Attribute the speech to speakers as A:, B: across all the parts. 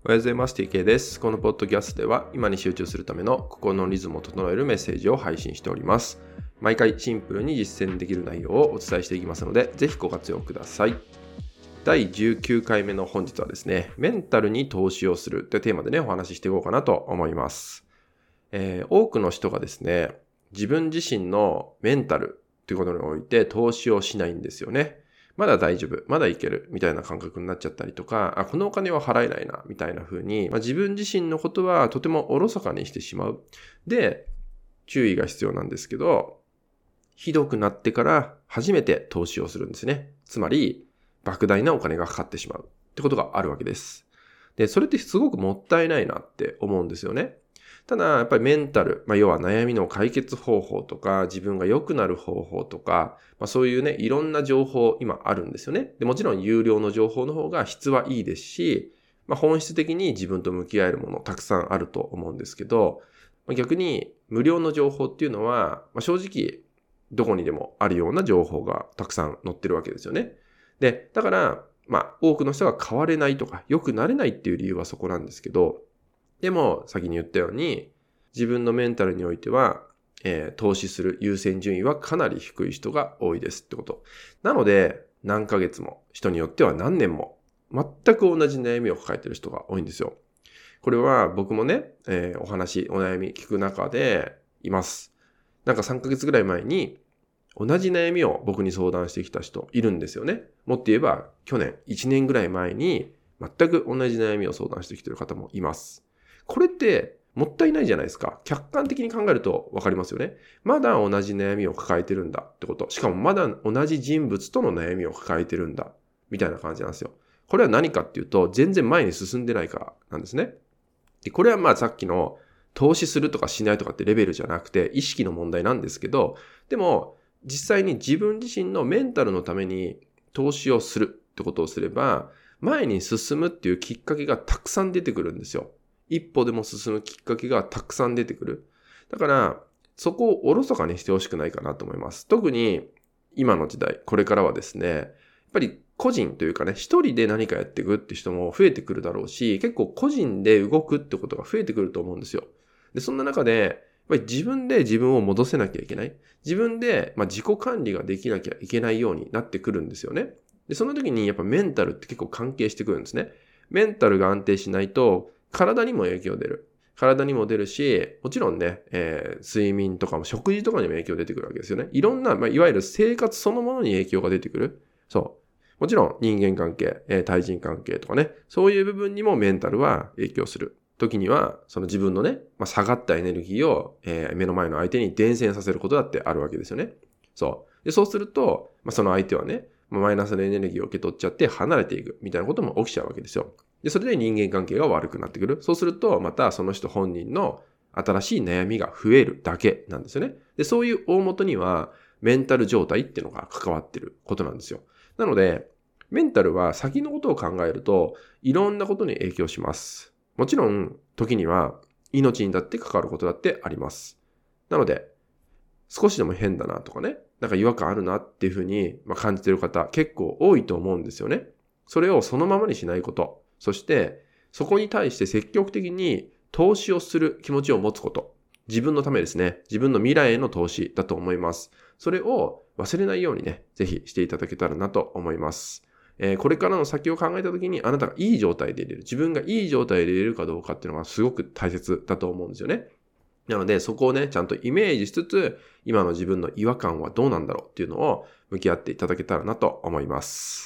A: おはようございます。TK です。このポッドキャストでは今に集中するための心のリズムを整えるメッセージを配信しております。毎回シンプルに実践できる内容をお伝えしていきますので、ぜひご活用ください。第19回目の本日はですね、メンタルに投資をするというテーマでね、お話ししていこうかなと思います。多くの人がですね、自分自身のメンタルということにおいて投資をしないんですよね。まだ大丈夫、まだいけるみたいな感覚になっちゃったりとか、このお金は払えないなみたいな風に、自分自身のことはとてもおろそかにしてしまう。で、注意が必要なんですけど、ひどくなってから初めて投資をするんですね。つまり、莫大なお金がかかってしまうってことがあるわけです。で、それってすごくもったいないなって思うんですよね。ただ、やっぱりメンタル、要は悩みの解決方法とか、自分が良くなる方法とか、そういうね、いろんな情報今あるんですよね。で、もちろん有料の情報の方が質はいいですし、本質的に自分と向き合えるものたくさんあると思うんですけど、逆に無料の情報っていうのは、正直どこにでもあるような情報がたくさん載ってるわけですよね。で、だから、多くの人が変われないとか、良くなれないっていう理由はそこなんですけど、でも、先に言ったように、自分のメンタルにおいては、投資する優先順位はかなり低い人が多いですってこと。なので、何ヶ月も、人によっては何年も、全く同じ悩みを抱えている人が多いんですよ。これは僕もね、お悩み聞く中でいます。なんか3ヶ月ぐらい前に、同じ悩みを僕に相談してきた人いるんですよね。もっと言えば、去年、1年ぐらい前に、全く同じ悩みを相談してきている方もいます。これってもったいないじゃないですか。客観的に考えると分かりますよね。まだ同じ悩みを抱えてるんだってこと。しかもまだ同じ人物との悩みを抱えてるんだ。みたいな感じなんですよ。これは何かっていうと、全然前に進んでないからなんですね。で、これはさっきの投資するとかしないとかってレベルじゃなくて意識の問題なんですけど、でも実際に自分自身のメンタルのために投資をするってことをすれば、前に進むっていうきっかけがたくさん出てくるんですよ。一歩でも進むきっかけがたくさん出てくる。だから、そこをおろそかにしてほしくないかなと思います。特に今の時代、これからはですね、やっぱり個人というかね、一人で何かやっていくって人も増えてくるだろうし、結構個人で動くってことが増えてくると思うんですよ。で、そんな中で、やっぱり自分で自分を戻せなきゃいけない。自分で自己管理ができなきゃいけないようになってくるんですよね。で、その時にやっぱメンタルって結構関係してくるんですね。メンタルが安定しないと、体にも影響出る。体にも出るし、もちろんね、睡眠とかも食事とかにも影響出てくるわけですよね。いろんな、いわゆる生活そのものに影響が出てくる。そう。もちろん人間関係、対人関係とかね、そういう部分にもメンタルは影響する。時には、その自分のね、下がったエネルギーを、目の前の相手に伝染させることだってあるわけですよね。そう。で、そうすると、その相手はね、マイナスのエネルギーを受け取っちゃって離れていくみたいなことも起きちゃうわけですよ。で、それで人間関係が悪くなってくる。そうすると、またその人本人の新しい悩みが増えるだけなんですよね。で、そういう大元には、メンタル状態っていうのが関わってることなんですよ。なので、メンタルは先のことを考えると、いろんなことに影響します。もちろん、時には命にだって関わることだってあります。なので、少しでも変だなとかね、なんか違和感あるなっていうふうに感じている方結構多いと思うんですよね。それをそのままにしないこと。そして、そこに対して積極的に投資をする気持ちを持つこと。自分のためですね。自分の未来への投資だと思います。それを忘れないようにね、ぜひしていただけたらなと思います。これからの先を考えたときにあなたがいい状態でいれる。自分がいい状態でいれるかどうかっていうのがすごく大切だと思うんですよね。なので、そこをね、ちゃんとイメージしつつ、今の自分の違和感はどうなんだろうっていうのを向き合っていただけたらなと思います。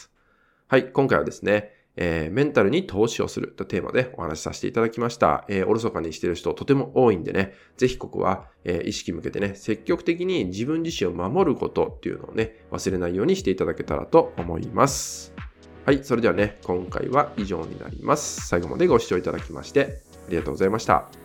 A: はい、今回はですね、メンタルに投資をするというテーマでお話しさせていただきました。おろそかにしている人とても多いんでね、ぜひここは、意識向けてね、積極的に自分自身を守ることっていうのをね、忘れないようにしていただけたらと思います。はい、それではね、今回は以上になります。最後までご視聴いただきましてありがとうございました。